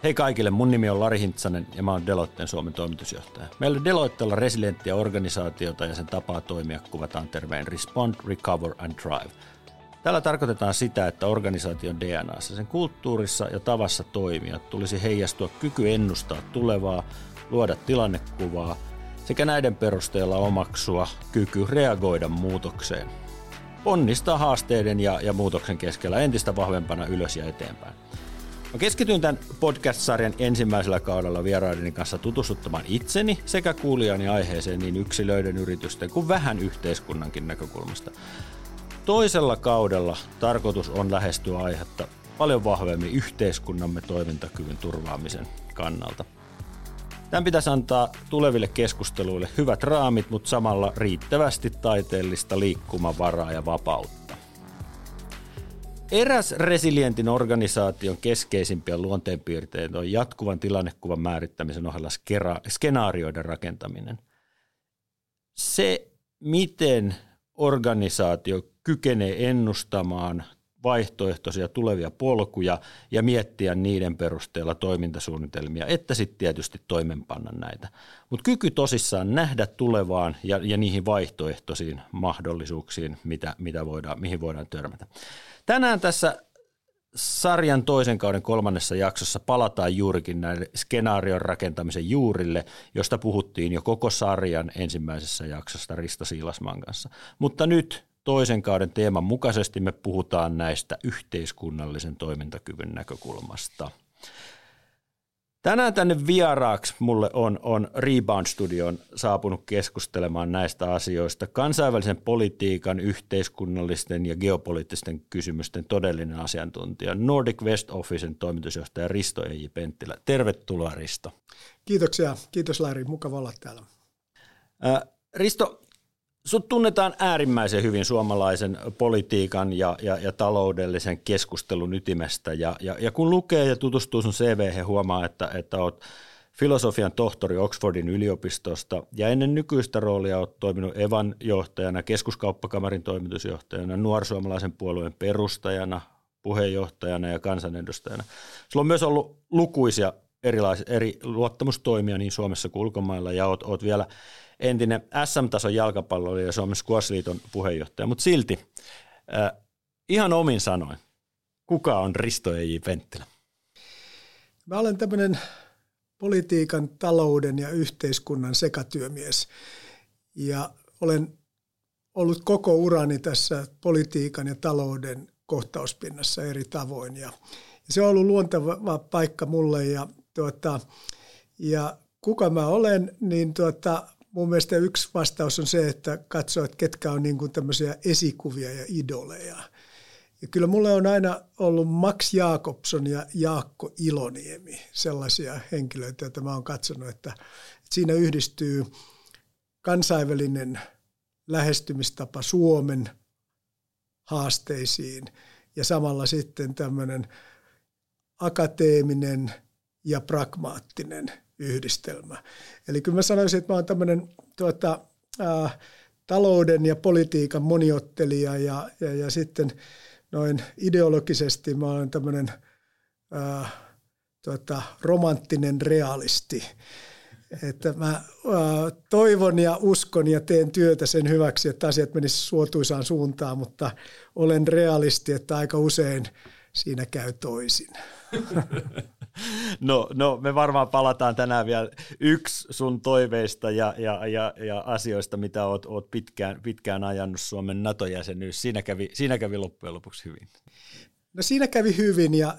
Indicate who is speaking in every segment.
Speaker 1: Hei kaikille, mun nimi on Lari Hintsanen ja mä oon Deloitten Suomen toimitusjohtaja. Meillä Deloittella resilienttiä organisaatiota ja sen tapaa toimia kuvataan termeen Respond, Recover and Thrive. Tällä tarkoitetaan sitä, että organisaation DNA:ssa, sen kulttuurissa ja tavassa toimia tulisi heijastua kyky ennustaa tulevaa, luoda tilannekuvaa sekä näiden perusteella omaksua kyky reagoida muutokseen. Ponnistaa haasteiden ja muutoksen keskellä entistä vahvempana ylös ja eteenpäin. Mä keskityin tämän podcast-sarjan ensimmäisellä kaudella vieraideni kanssa tutustuttamaan itseni sekä kuulijani aiheeseen niin yksilöiden, yritysten kuin vähän yhteiskunnankin näkökulmasta. Toisella kaudella tarkoitus on lähestyä aihetta paljon vahvemmin yhteiskunnamme toimintakyvyn turvaamisen kannalta. Tämän pitäisi antaa tuleville keskusteluille hyvät raamit, mutta samalla riittävästi taiteellista liikkumavaraa ja vapautta. Eräs resilientin organisaation keskeisimpiä luonteenpiirteitä on jatkuvan tilannekuvan määrittämisen ohella skenaarioiden rakentaminen. Se, miten organisaatio kykenee ennustamaan vaihtoehtoisia tulevia polkuja ja miettiä niiden perusteella toimintasuunnitelmia, että sitten tietysti toimenpanna näitä. Mutta kyky tosissaan nähdä tulevaan ja niihin vaihtoehtoisiin mahdollisuuksiin, mihin voidaan törmätä. Tänään tässä sarjan toisen kauden 3. jaksossa palataan juurikin näille skenaarion rakentamisen juurille, josta puhuttiin jo koko sarjan ensimmäisessä jaksossa Risto Siilasmaan kanssa. Mutta nyt toisen kauden teeman mukaisesti me puhutaan näistä yhteiskunnallisen toimintakyvyn näkökulmasta. Tänään tänne vieraaksi mulle on Rebound Studioon saapunut keskustelemaan näistä asioista kansainvälisen politiikan, yhteiskunnallisten ja geopoliittisten kysymysten todellinen asiantuntija, Nordic West Officen toimitusjohtaja Risto E.J. Penttilä. Tervetuloa, Risto.
Speaker 2: Kiitoksia. Kiitos, Lari. Mukava olla täällä.
Speaker 1: Risto, sut tunnetaan äärimmäisen hyvin suomalaisen politiikan ja taloudellisen keskustelun ytimestä ja kun lukee ja tutustuu sun CV:hen huomaa, että oot filosofian tohtori Oxfordin yliopistosta ja ennen nykyistä roolia oot toiminut Evan johtajana, Keskuskauppakamarin toimitusjohtajana, Nuorsuomalaisen puolueen perustajana, puheenjohtajana ja kansanedustajana. Sulla on myös ollut lukuisia eri luottamustoimia niin Suomessa kuin ulkomailla ja oot vielä entinen SM-tason jalkapalloilija ja Suomen Squash-liiton puheenjohtaja, mutta silti ihan omin sanoin, kuka on Risto E.J. Penttilä?
Speaker 2: Mä olen tämmöinen politiikan, talouden ja yhteiskunnan sekatyömies ja olen ollut koko urani tässä politiikan ja talouden kohtauspinnassa eri tavoin ja se on ollut luonteva paikka mulle ja kuka mä olen, niin mun mielestä yksi vastaus on se, että katsoo, että ketkä on niin kuin tämmöisiä esikuvia ja idoleja. Ja kyllä mulle on aina ollut Max Jakobson ja Jaakko Iloniemi sellaisia henkilöitä, joita mä oon katsonut, että siinä yhdistyy kansainvälinen lähestymistapa Suomen haasteisiin ja samalla sitten tämmöinen akateeminen ja pragmaattinen yhdistelmä. Eli kyllä mä sanoisin, että mä oon tämmöinen talouden ja politiikan moniottelija ja sitten noin ideologisesti mä olen tämmöinen romanttinen realisti. Että mä toivon ja uskon ja teen työtä sen hyväksi, että asiat menisivät suotuisaan suuntaan, mutta olen realisti, että aika usein siinä käy toisin.
Speaker 1: No, me varmaan palataan tänään vielä yksi sun toiveista ja asioista, mitä oot pitkään ajanut Suomen NATO-jäsenyys. Siinä kävi loppujen lopuksi hyvin.
Speaker 2: No siinä kävi hyvin ja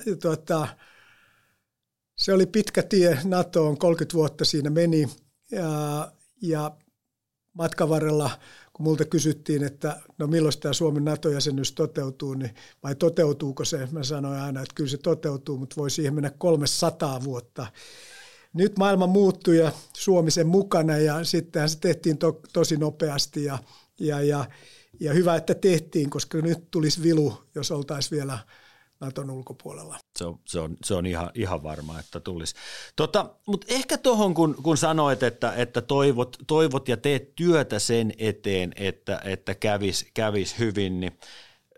Speaker 2: se oli pitkä tie NATOon, 30 vuotta siinä meni ja matkan varrella, kun multa kysyttiin, että no milloin tämä Suomen NATO-jäsenyys toteutuu, niin vai toteutuuko se? Mä sanoin aina, että kyllä se toteutuu, mutta voi siihen mennä 300 vuotta. Nyt maailma muuttui ja Suomi sen mukana ja sittenhän se tehtiin tosi nopeasti ja hyvä, että tehtiin, koska nyt tulisi vilu, jos oltaisiin vielä Naton ulkopuolella.
Speaker 1: Se on ihan varma, että tulisi. Mutta ehkä tuohon, kun sanoit, että toivot ja teet työtä sen eteen, että kävis hyvin, niin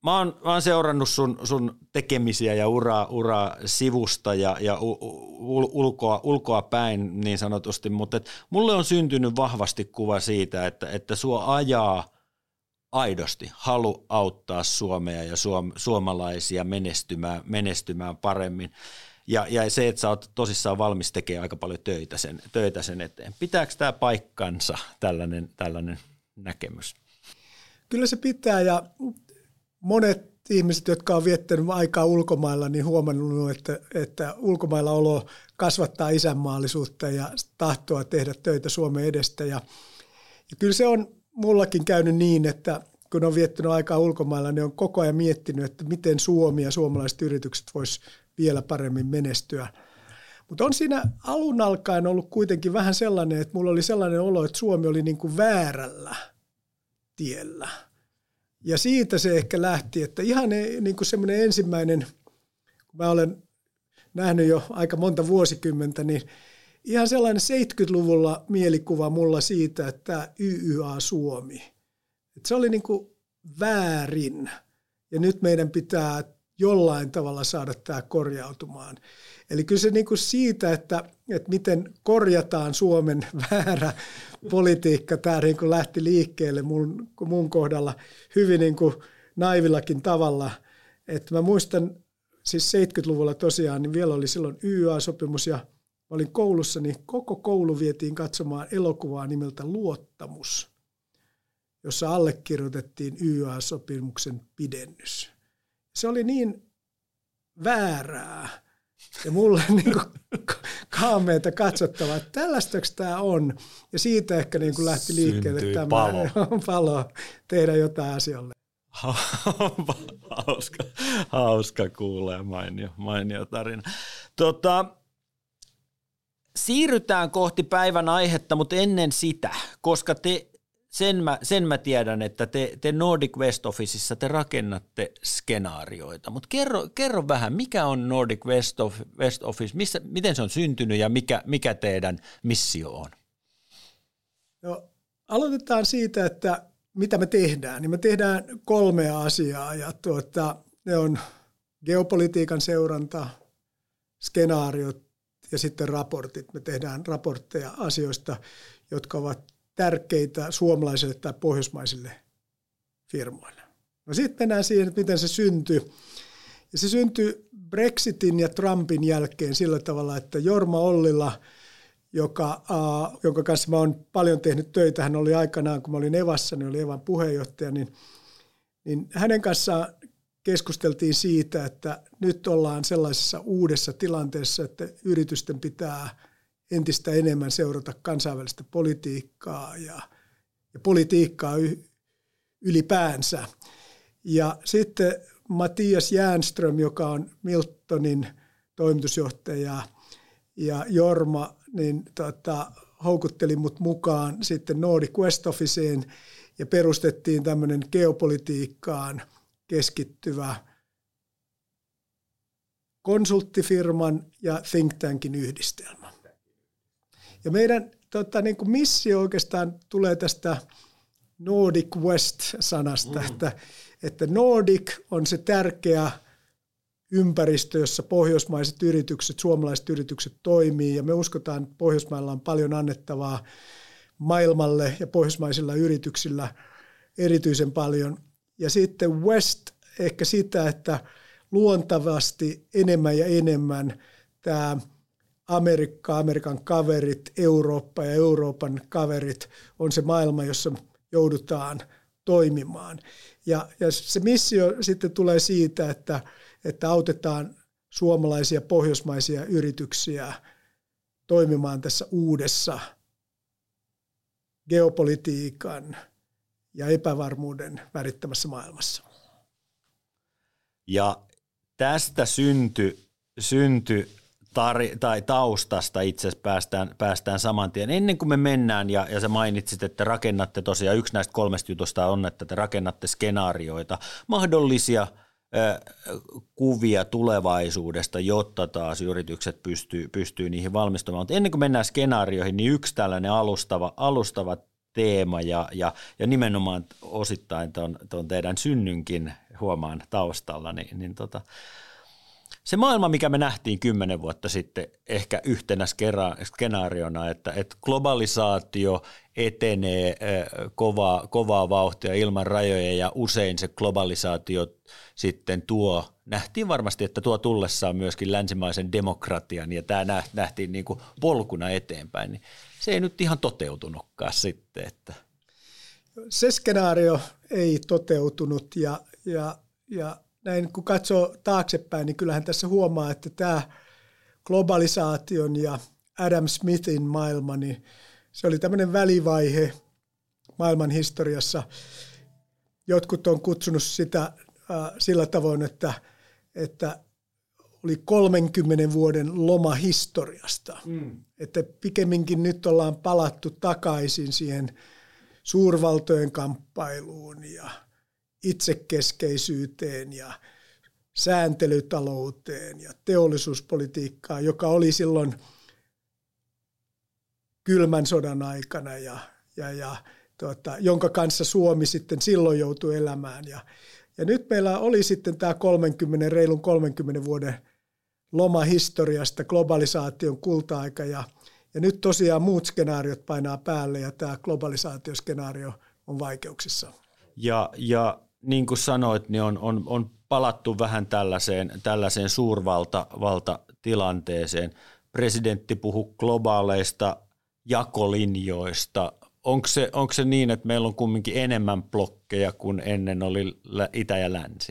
Speaker 1: Mä oon seurannut sun tekemisiä ja uraa sivusta ja ulkoa päin niin sanotusti, mutta mulle on syntynyt vahvasti kuva siitä, että sua ajaa aidosti halu auttaa Suomea ja suomalaisia menestymään paremmin. Ja se, että sä oot tosissaan valmis tekemään aika paljon töitä sen eteen. Pitääkö tämä paikkansa, tällainen näkemys?
Speaker 2: Kyllä se pitää, ja monet ihmiset, jotka on viettänyt aikaa ulkomailla, niin huomannut, että ulkomailla olo kasvattaa isänmaallisuutta ja tahtoa tehdä töitä Suomen edestä. Ja kyllä se on mullakin käynyt niin, että kun on viettänyt aikaa ulkomailla, niin on koko ajan miettinyt, että miten Suomi ja suomalaiset yritykset vois vielä paremmin menestyä. Mutta on siinä alun alkaen ollut kuitenkin vähän sellainen, että mulla oli sellainen olo, että Suomi oli niin kuin väärällä tiellä. Ja siitä se ehkä lähti, että ihan niin kuin semmoinen ensimmäinen, kun mä olen nähnyt jo aika monta vuosikymmentä, niin ihan sellainen 70-luvulla mielikuva mulla siitä, että tämä YYA-Suomi, että se oli niin kuin väärin ja nyt meidän pitää jollain tavalla saada tämä korjautumaan. Eli kyllä se niin kuin siitä, että miten korjataan Suomen väärä politiikka, tämä niin kuin lähti liikkeelle mun kohdalla hyvin niin kuin naivillakin tavalla. Että mä muistan siis 70-luvulla tosiaan, niin vielä oli silloin YYA-sopimus ja mä olin koulussa, niin koko koulu vietiin katsomaan elokuvaa nimeltä Luottamus, jossa allekirjoitettiin YYA-sopimuksen pidennys. Se oli niin väärää ja mulle niin kuin kaameita katsottavaa, että tällaistako tämä on. Ja siitä ehkä niin kuin lähti liikkeelle, että tämä on palo tehdä jotain asioille.
Speaker 1: Hauska kuulee, mainio tarina. Siirrytään kohti päivän aihetta, mutta ennen sitä, koska sen mä tiedän, että te Nordic West Officeissa te rakennatte skenaarioita, mutta kerro vähän, mikä on Nordic West Office, miten se on syntynyt ja mikä teidän missio on?
Speaker 2: No, aloitetaan siitä, että mitä me tehdään. Niin me tehdään 3 asiaa ja ne on geopolitiikan seuranta, skenaariot ja sitten raportit. Me tehdään raportteja asioista, jotka ovat tärkeitä suomalaisille tai pohjoismaisille firmoille. No sitten mennään siihen, että miten se syntyi. Ja se syntyi Brexitin ja Trumpin jälkeen sillä tavalla, että Jorma Ollila, jonka kanssa mä oon paljon tehnyt töitä, hän oli aikanaan, kun mä olin Evassa, niin oli Evan puheenjohtaja, niin hänen kanssaan keskusteltiin siitä, että nyt ollaan sellaisessa uudessa tilanteessa, että yritysten pitää entistä enemmän seurata kansainvälistä politiikkaa ja politiikkaa ylipäänsä. Ja sitten Mattias Järnström, joka on Miltonin toimitusjohtaja, ja Jorma, niin houkutteli mut mukaan sitten Nordic West Officeen ja perustettiin tämmöinen geopolitiikkaan keskittyvä konsulttifirman ja think tankin yhdistelmä. Ja meidän niin kuin missio oikeastaan tulee tästä Nordic West-sanasta, että Nordic on se tärkeä ympäristö, jossa pohjoismaiset yritykset, suomalaiset yritykset toimii, ja me uskotaan, että Pohjoismailla on paljon annettavaa maailmalle ja pohjoismaisilla yrityksillä erityisen paljon. Ja sitten West ehkä sitä, että luontavasti enemmän ja enemmän tämä Amerikan kaverit, Eurooppa ja Euroopan kaverit on se maailma, jossa joudutaan toimimaan. Ja se missio sitten tulee siitä, että autetaan suomalaisia pohjoismaisia yrityksiä toimimaan tässä uudessa geopolitiikan ja epävarmuuden värittämässä maailmassa.
Speaker 1: Ja tästä syntyi tai taustasta itse asiassa päästään saman tien. Ennen kuin me mennään, ja sä mainitsit, että rakennatte tosiaan, yksi näistä 3 jutusta on, että te rakennatte skenaarioita, mahdollisia kuvia tulevaisuudesta, jotta taas yritykset pystyy niihin valmistumaan. Mutta ennen kuin mennään skenaarioihin, niin yksi tällainen alustava teema ja nimenomaan osittain tuon teidän synnynkin huomaan taustalla, se maailma, mikä me nähtiin 10 vuotta sitten ehkä yhtenä skenaariona, että globalisaatio etenee kovaa vauhtia ilman rajoja ja usein se globalisaatio sitten nähtiin varmasti, että tuo tullessaan myöskin länsimaisen demokratian ja tämä nähtiin niin kuin polkuna eteenpäin, niin se ei nyt ihan toteutunutkaan sitten. Että.
Speaker 2: Se skenaario ei toteutunut ja näin kun katsoo taaksepäin, niin kyllähän tässä huomaa, että tämä globalisaation ja Adam Smithin maailma, niin se oli tämmöinen välivaihe maailman historiassa. Jotkut on kutsunut sitä sillä tavoin, että oli 30 vuoden loma historiasta. Että pikemminkin nyt ollaan palattu takaisin siihen suurvaltojen kamppailuun ja itsekeskeisyyteen ja sääntelytalouteen ja teollisuuspolitiikkaan, joka oli silloin kylmän sodan aikana jonka kanssa Suomi sitten silloin joutui elämään. Ja nyt meillä oli sitten tämä reilun 30 vuoden loma historiasta, globalisaation kulta-aika ja nyt tosiaan muut skenaariot painaa päälle ja tämä globalisaatioskenaario on vaikeuksissa.
Speaker 1: Ja niin kuin sanoit, niin on palattu vähän tällaiseen suurvaltatilanteeseen. Presidentti puhui globaaleista jakolinjoista. Onko se niin, että meillä on kumminkin enemmän blokkeja kuin ennen oli itä ja länsi?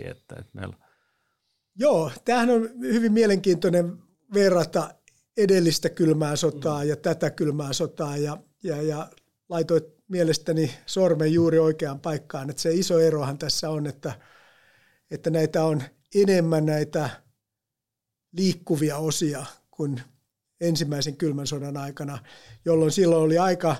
Speaker 2: Joo, tämähän on hyvin mielenkiintoinen verrata edellistä kylmää sotaa ja tätä kylmää sotaa ja laitoit mielestäni sormen juuri oikeaan paikkaan. Että se iso erohan tässä on, että näitä on enemmän näitä liikkuvia osia kuin ensimmäisen kylmän sodan aikana, jolloin silloin oli aika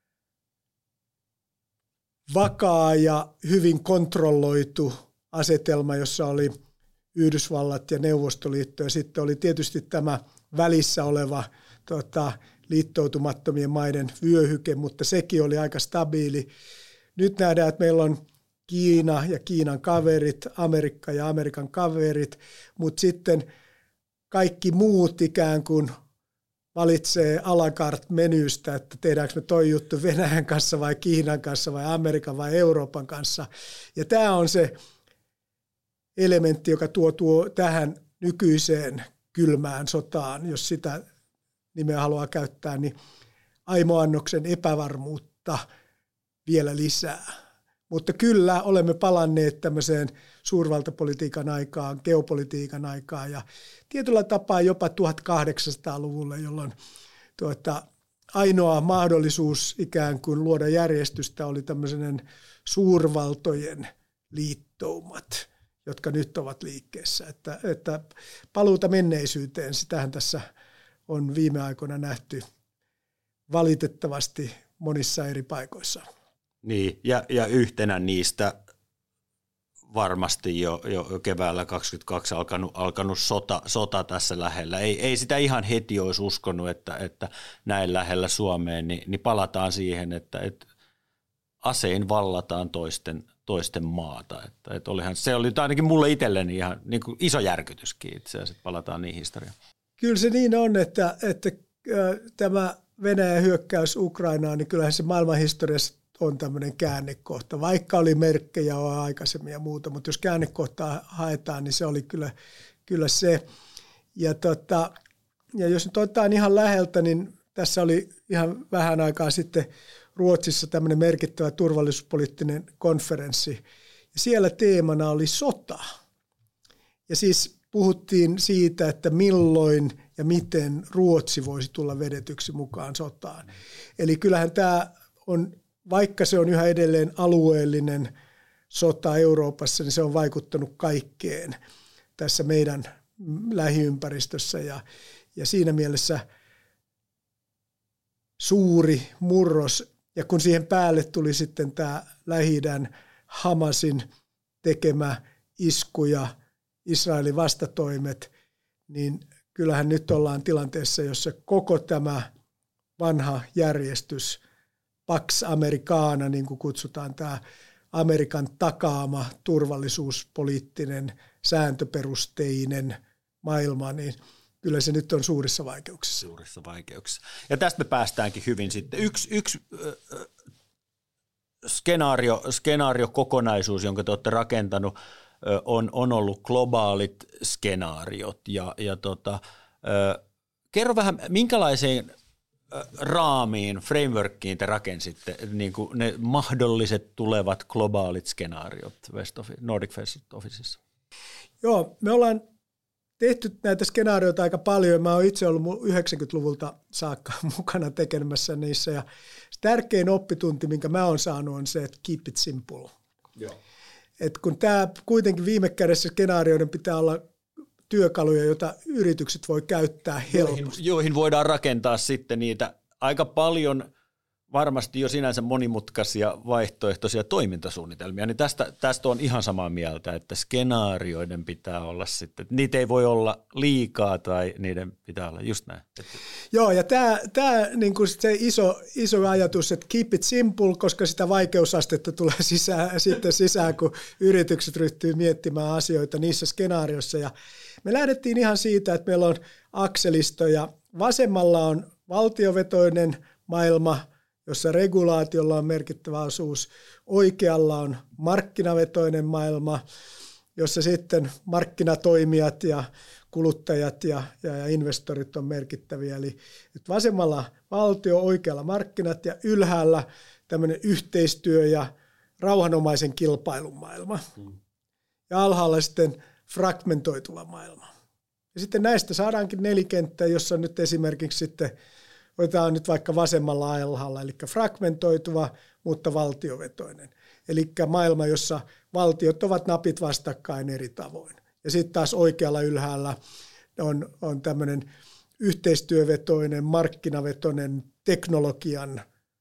Speaker 2: vakaa ja hyvin kontrolloitu asetelma, jossa oli Yhdysvallat ja Neuvostoliitto ja sitten oli tietysti tämä välissä oleva liittoutumattomien maiden vyöhyke, mutta sekin oli aika stabiili. Nyt nähdään, että meillä on Kiina ja Kiinan kaverit, Amerikka ja Amerikan kaverit, mutta sitten kaikki muut ikään kuin valitsee à la carte menystä, että tehdäänkö me toi juttu Venäjän kanssa vai Kiinan kanssa vai Amerikan vai Euroopan kanssa. Ja tämä on se elementti, joka tuo tähän nykyiseen kylmään sotaan, jos sitä nimeä haluaa käyttää, niin aimoannoksen epävarmuutta vielä lisää. Mutta kyllä olemme palanneet tämmöiseen suurvaltapolitiikan aikaan, geopolitiikan aikaan ja tietyllä tapaa jopa 1800-luvulle, jolloin ainoa mahdollisuus ikään kuin luoda järjestystä oli tämmöinen suurvaltojen liittoumat, jotka nyt ovat liikkeessä. Että paluuta menneisyyteen, sitähän tässä on viime aikoina nähty valitettavasti monissa eri paikoissa.
Speaker 1: Niin, ja yhtenä niistä varmasti jo keväällä 2022 alkanut sota tässä lähellä. Ei sitä ihan heti olisi uskonut, että näin lähellä Suomeen, niin palataan siihen, että asein vallataan toisten maata. Että olihan, se oli ainakin mulle itselleni ihan niin kuin iso järkytyskin itse asiassa, että palataan niihin historiaan. Kyllä
Speaker 2: se niin on, että tämä Venäjän hyökkäys Ukrainaan, niin kyllähän se maailmanhistoriassa on tämmöinen käännekohta, vaikka oli merkkejä aikaisemmin ja muuta, mutta jos käännekohtaa haetaan, niin se oli kyllä se. Ja jos nyt otetaan ihan läheltä, niin tässä oli ihan vähän aikaa sitten Ruotsissa tämmöinen merkittävä turvallisuuspoliittinen konferenssi, ja siellä teemana oli sota. Ja siis puhuttiin siitä, että milloin ja miten Ruotsi voisi tulla vedetyksi mukaan sotaan. Eli kyllähän tämä on, vaikka se on yhä edelleen alueellinen sota Euroopassa, niin se on vaikuttanut kaikkeen tässä meidän lähiympäristössä. Ja siinä mielessä suuri murros. Ja kun siihen päälle tuli sitten tämä Lähi-idän Hamasin tekemä isku ja Israelin vastatoimet, niin kyllähän nyt ollaan tilanteessa, jossa koko tämä vanha järjestys, Pax Americana, niin kuin kutsutaan tämä Amerikan takaama turvallisuuspoliittinen, sääntöperusteinen maailma, niin kyllä se nyt on suurissa vaikeuksissa.
Speaker 1: Suurissa vaikeuksissa. Ja tästä me päästäänkin hyvin sitten. Yksi skenaariokokonaisuus, jonka te olette rakentanut, on ollut globaalit skenaariot. Kerro vähän, minkälaiseen raamiin, frameworkiin te rakensitte niin kuin ne mahdolliset tulevat globaalit skenaariot Nordic West Officessa?
Speaker 2: Joo, me ollaan tehty näitä skenaarioita aika paljon. Mä oon itse ollut 90-luvulta saakka mukana tekemässä niissä. Ja tärkein oppitunti, minkä mä oon saanut, on se, että keep it simple.
Speaker 1: Joo.
Speaker 2: Et kun tämä kuitenkin viime kädessä skenaarioiden pitää olla työkaluja, joita yritykset voi käyttää helposti.
Speaker 1: Joihin voidaan rakentaa sitten niitä aika paljon varmasti jo sinänsä monimutkaisia vaihtoehtoisia toimintasuunnitelmia, niin tästä on ihan samaa mieltä, että skenaarioiden pitää olla sitten, niitä ei voi olla liikaa tai niiden pitää olla just näin.
Speaker 2: Joo, ja tämä niin kuin se iso ajatus, että keep it simple, koska sitä vaikeusastetta tulee sisään, kun yritykset ryhtyy miettimään asioita niissä skenaarioissa. Ja me lähdettiin ihan siitä, että meillä on akselisto ja vasemmalla on valtiovetoinen maailma, jossa regulaatiolla on merkittävä osuus. Oikealla on markkinavetoinen maailma, jossa sitten markkinatoimijat ja kuluttajat ja investorit on merkittäviä. Eli vasemmalla valtio, oikealla markkinat ja ylhäällä tämmöinen yhteistyö ja rauhanomaisen kilpailun maailma. Ja alhaalla sitten fragmentoituva maailma. Ja sitten näistä saadaankin nelikenttää, jossa nyt esimerkiksi sitten otetaan nyt vaikka vasemmalla alhaalla, eli fragmentoituva, mutta valtiovetoinen. Eli maailma, jossa valtiot ovat napit vastakkain eri tavoin. Ja sitten taas oikealla ylhäällä on tämmöinen yhteistyövetoinen, markkinavetoinen, teknologian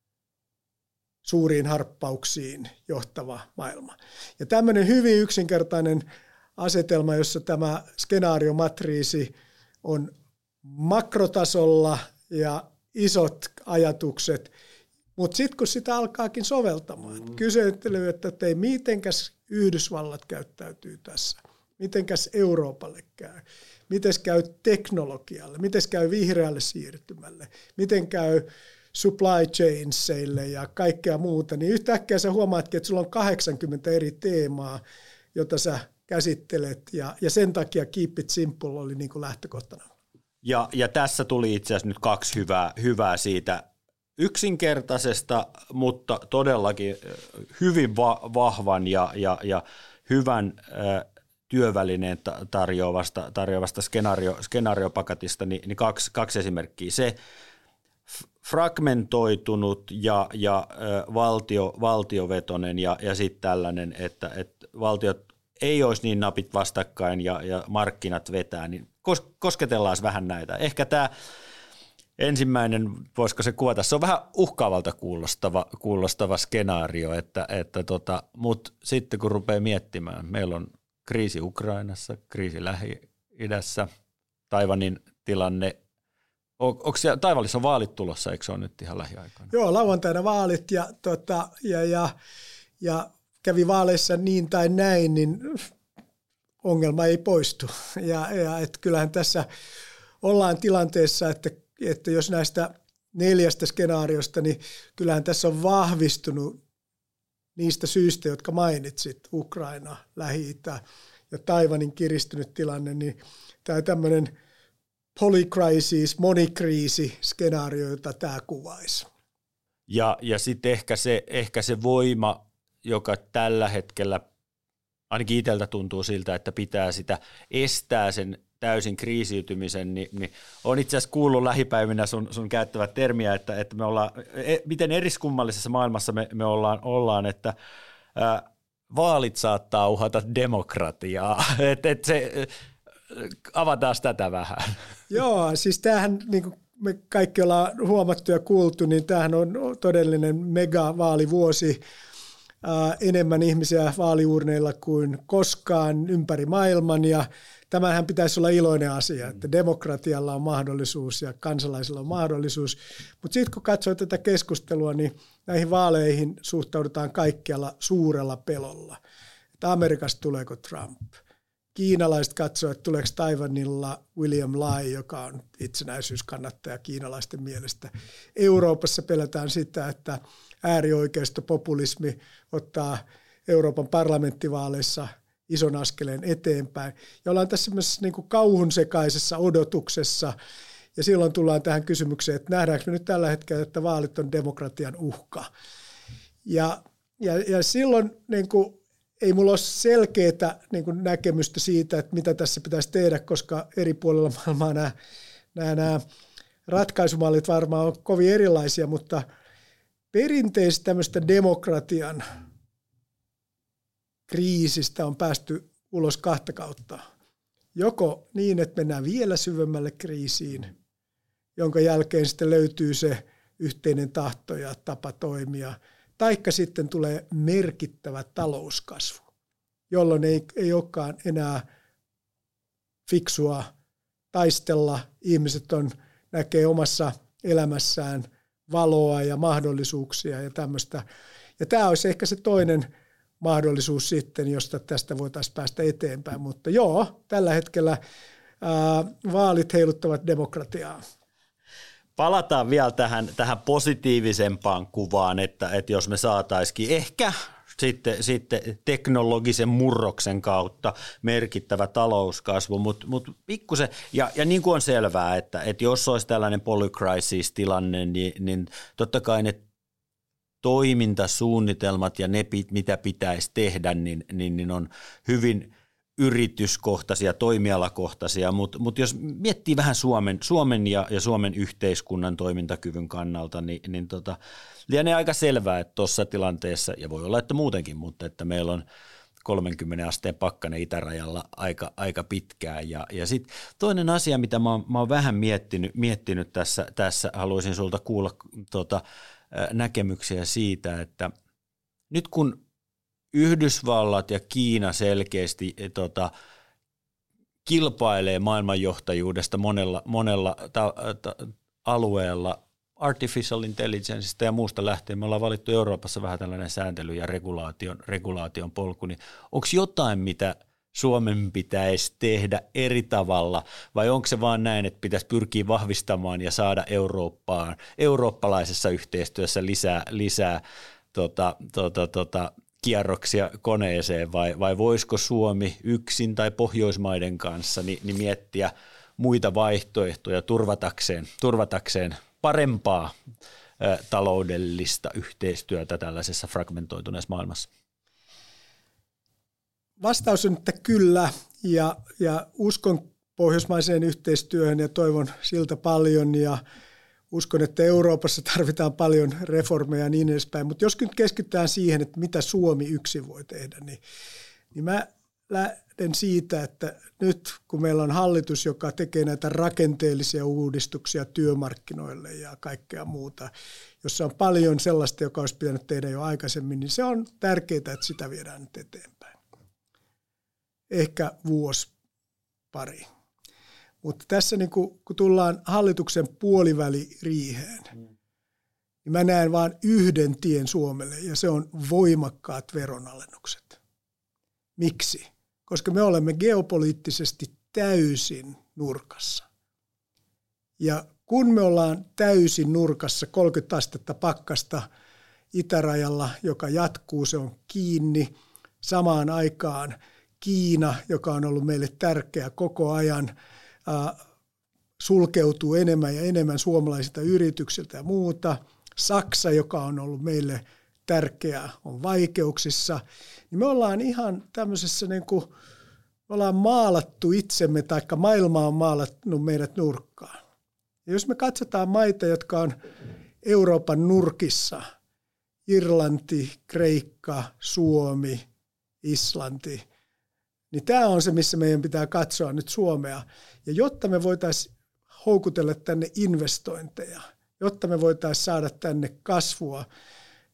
Speaker 2: suuriin harppauksiin johtava maailma. Ja tämmöinen hyvin yksinkertainen asetelma, jossa tämä skenaariomatriisi on makrotasolla ja isot ajatukset, mutta sitten kun sitä alkaakin soveltamaan, kysyttely, että ei mitenkäs Yhdysvallat käyttäytyy tässä, mitenkäs Euroopalle käy, miten käy teknologialle, miten käy vihreälle siirtymälle, miten käy supply chainsseille ja kaikkea muuta, niin yhtäkkiä sä huomaatkin, että sulla on 80 eri teemaa, jota sä käsittelet, ja sen takia keep it simple oli niin kuin lähtökohtana.
Speaker 1: Ja tässä tuli itse asiassa nyt kaksi hyvää siitä yksinkertaisesta, mutta todellakin hyvin vahvan ja hyvän työvälineen tarjoavasta skenaariopaketista, niin kaksi esimerkkiä. Se fragmentoitunut ja valtiovetoinen ja sitten tällainen, että valtiot ei olisi niin napit vastakkain ja markkinat vetää, niin kosketellaan vähän näitä. Ehkä tämä ensimmäinen, voisiko se kuvata, se on vähän uhkaavalta kuulostava skenaario, mutta sitten kun rupeaa miettimään, meillä on kriisi Ukrainassa, kriisi Lähi-idässä, Taiwanin tilanne. Onko siellä, Taiwanissa on vaalit tulossa, eikö se ole nyt ihan lähiaikoina?
Speaker 2: Joo, lauantaina vaalit ja kävi vaaleissa niin tai näin, niin ongelma ei poistu. Ja että kyllähän tässä ollaan tilanteessa, että jos näistä 4 skenaariosta, niin kyllähän tässä on vahvistunut niistä syistä, jotka mainitsit, Ukraina, Lähi-itä ja Taiwanin kiristynyt tilanne, niin tämä tämmöinen polycrisis, monikriisi skenaario, jota tämä kuvaisi.
Speaker 1: Ja sitten ehkä se voima, joka tällä hetkellä ainakin itseltä tuntuu siltä, että pitää sitä estää sen täysin kriisiytymisen, niin olen itse asiassa kuullut lähipäivinä sun käyttävät termiä, että me ollaan, miten eriskummallisessa maailmassa me ollaan, että vaalit saattaa uhata demokratiaa, että se avataan tätä vähän.
Speaker 2: Joo, siis tämähän, niin kuin me kaikki ollaan huomattu ja kuultu, niin tämähän on todellinen megavaalivuosi. enemmän ihmisiä vaaliuurneilla kuin koskaan ympäri maailman ja tämähän pitäisi olla iloinen asia, että demokratialla on mahdollisuus ja kansalaisilla on mahdollisuus. Mutta sitten kun katsoo tätä keskustelua, niin näihin vaaleihin suhtaudutaan kaikkialla suurella pelolla. Että Amerikasta tuleeko Trump? Kiinalaiset katsoo, että tuleeko Taiwanilla William Lai, joka on itsenäisyyskannattaja kiinalaisten mielestä. Euroopassa pelätään sitä, että äärioikeistopopulismi ottaa Euroopan parlamenttivaaleissa ison askeleen eteenpäin. Ja ollaan tässä myös niin kuin kauhun sekaisessa odotuksessa. Ja silloin tullaan tähän kysymykseen, että nähdäänkö me nyt tällä hetkellä, että vaalit on demokratian uhka. Ja silloin niin kuin, ei mulla ole selkeää niin kuin näkemystä siitä, että mitä tässä pitäisi tehdä, koska eri puolilla maailmaa nämä ratkaisumallit varmaan on kovin erilaisia, mutta perinteisesti tämmöistä demokratian kriisistä on päästy ulos kahta kautta. Joko niin, että mennään vielä syvemmälle kriisiin, jonka jälkeen sitten löytyy se yhteinen tahto ja tapa toimia, taikka sitten tulee merkittävä talouskasvu, jolloin ei olekaan enää fiksua taistella. Ihmiset näkee omassa elämässään valoa ja mahdollisuuksia ja tämmöistä. Ja tämä olisi ehkä se toinen mahdollisuus sitten, josta tästä voitaisiin päästä eteenpäin. Mutta joo, tällä hetkellä vaalit heiluttavat demokratiaa.
Speaker 1: Palataan vielä tähän positiivisempaan kuvaan, että jos me saataisiin ehkä sitten teknologisen murroksen kautta merkittävä talouskasvu, mutta pikkusen, ja niin kuin on selvää, että jos olisi tällainen polycrisis-tilanne, niin totta kai ne toimintasuunnitelmat ja ne, mitä pitäisi tehdä, niin on hyvin yrityskohtaisia, toimialakohtaisia, mutta jos miettii vähän Suomen ja Suomen yhteiskunnan toimintakyvyn kannalta, niin lienee aika selvää, että tuossa tilanteessa, ja voi olla, että muutenkin, mutta että meillä on 30 asteen pakkanen itärajalla aika pitkään. Ja sitten toinen asia, mitä mä oon vähän miettinyt tässä haluaisin sulta kuulla näkemyksiä siitä, että nyt kun Yhdysvallat ja Kiina selkeästi kilpailee maailmanjohtajuudesta monella alueella, artificial intelligenceista ja muusta lähtien. Me ollaan valittu Euroopassa vähän tällainen sääntely- ja regulaation polku, niin onko jotain, mitä Suomen pitäisi tehdä eri tavalla, vai onko se vaan näin, että pitäisi pyrkiä vahvistamaan ja saada eurooppalaisessa yhteistyössä lisää kierroksia koneeseen, vai voisiko Suomi yksin tai Pohjoismaiden kanssa niin miettiä muita vaihtoehtoja turvatakseen parempaa taloudellista yhteistyötä tällaisessa fragmentoituneessa maailmassa?
Speaker 2: Vastaus on, että kyllä, ja uskon pohjoismaiseen yhteistyöhön ja toivon siltä paljon, ja uskon, että Euroopassa tarvitaan paljon reformeja ja niin edespäin, mutta jos nyt keskitytään siihen, että mitä Suomi yksin voi tehdä, niin mä lähden siitä, että nyt kun meillä on hallitus, joka tekee näitä rakenteellisia uudistuksia työmarkkinoille ja kaikkea muuta, jossa on paljon sellaista, joka olisi pitänyt tehdä jo aikaisemmin, niin se on tärkeää, että sitä viedään nyt eteenpäin. Ehkä vuosi, pari. Mutta tässä niin kun tullaan hallituksen puoliväliriiheen, niin mä näen vain yhden tien Suomelle, ja se on voimakkaat veronalennukset. Miksi? Koska me olemme geopoliittisesti täysin nurkassa. Ja kun me ollaan täysin nurkassa, 30 astetta pakkasta itärajalla, joka jatkuu, se on kiinni, samaan aikaan Kiina, joka on ollut meille tärkeä koko ajan, sulkeutuu enemmän ja enemmän suomalaisilta yrityksiltä ja muuta. Saksa, joka on ollut meille tärkeä, on vaikeuksissa. Niin me ollaan ihan tämmöisessä, niin kuin, me ollaan maalattu itsemme, tai maailma on maalattu meidät nurkkaan. Ja jos me katsotaan maita, jotka on Euroopan nurkissa, Irlanti, Kreikka, Suomi, Islanti, niin tämä on se, missä meidän pitää katsoa nyt Suomea. Ja jotta me voitaisiin houkutella tänne investointeja, jotta me voitaisiin saada tänne kasvua,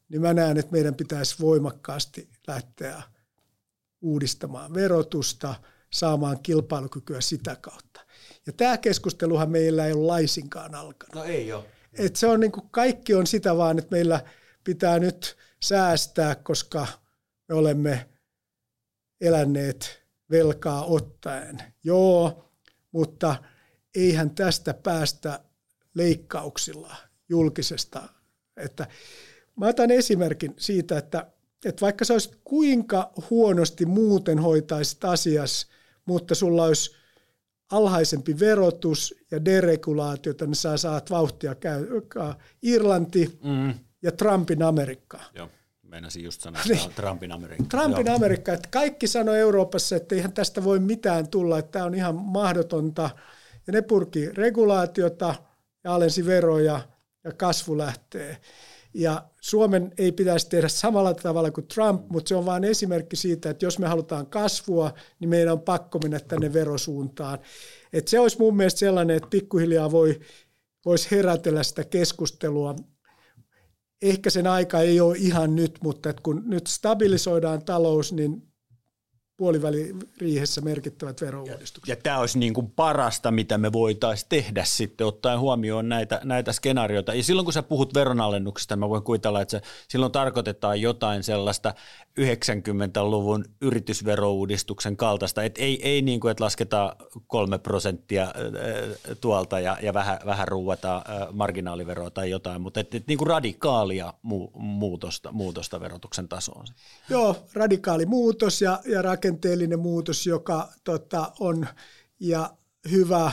Speaker 2: niin mä näen, että meidän pitäisi voimakkaasti lähteä uudistamaan verotusta, saamaan kilpailukykyä sitä kautta. Ja tämä keskusteluhan meillä ei ole laisinkaan alkanut.
Speaker 1: No ei ole.
Speaker 2: Et se on niin kuin kaikki on sitä vaan, että meillä pitää nyt säästää, koska me olemme eläneet velkaa ottaen. Joo, mutta eihän tästä päästä leikkauksilla julkisesta. Että mä otan esimerkin siitä, että vaikka sä olisit kuinka huonosti muuten hoitaisit asias, mutta sulla olisi alhaisempi verotus ja deregulaatiota, niin sä saat vauhtia Irlanti ja Trumpin Amerikka.
Speaker 1: Joo, meinasin just sanoa, että on Trumpin Amerikka.
Speaker 2: Trumpin Amerikka, että kaikki sanoi Euroopassa, että eihän tästä voi mitään tulla, että tämä on ihan mahdotonta. Ja ne purki regulaatiota ja alensi veroja ja kasvu lähtee. Ja Suomen ei pitäisi tehdä samalla tavalla kuin Trump, mutta se on vain esimerkki siitä, että jos me halutaan kasvua, niin meidän on pakko mennä tänne verosuuntaan. Että se olisi mun mielestä sellainen, että pikkuhiljaa voisi herätellä sitä keskustelua. Ehkä sen aika ei ole ihan nyt, mutta että kun nyt stabilisoidaan talous, niin puoliväliriihessä merkittävät verouudistukset.
Speaker 1: Ja tämä olisi niin kuin parasta, mitä me voitaisiin tehdä sitten, ottaen huomioon näitä skenaarioita. Ja silloin, kun sä puhut veronalennuksesta, mä voin kuvitella, että silloin tarkoitetaan jotain sellaista 90-luvun yritysverouudistuksen kaltaista, että ei niin kuin, että lasketaan 3% tuolta ja vähän ruuataan marginaaliveroa tai jotain, mutta että niin kuin radikaalia muutosta verotuksen tasoon.
Speaker 2: Joo, radikaali muutos ja rakenteellinen muutos, joka on ja hyvä,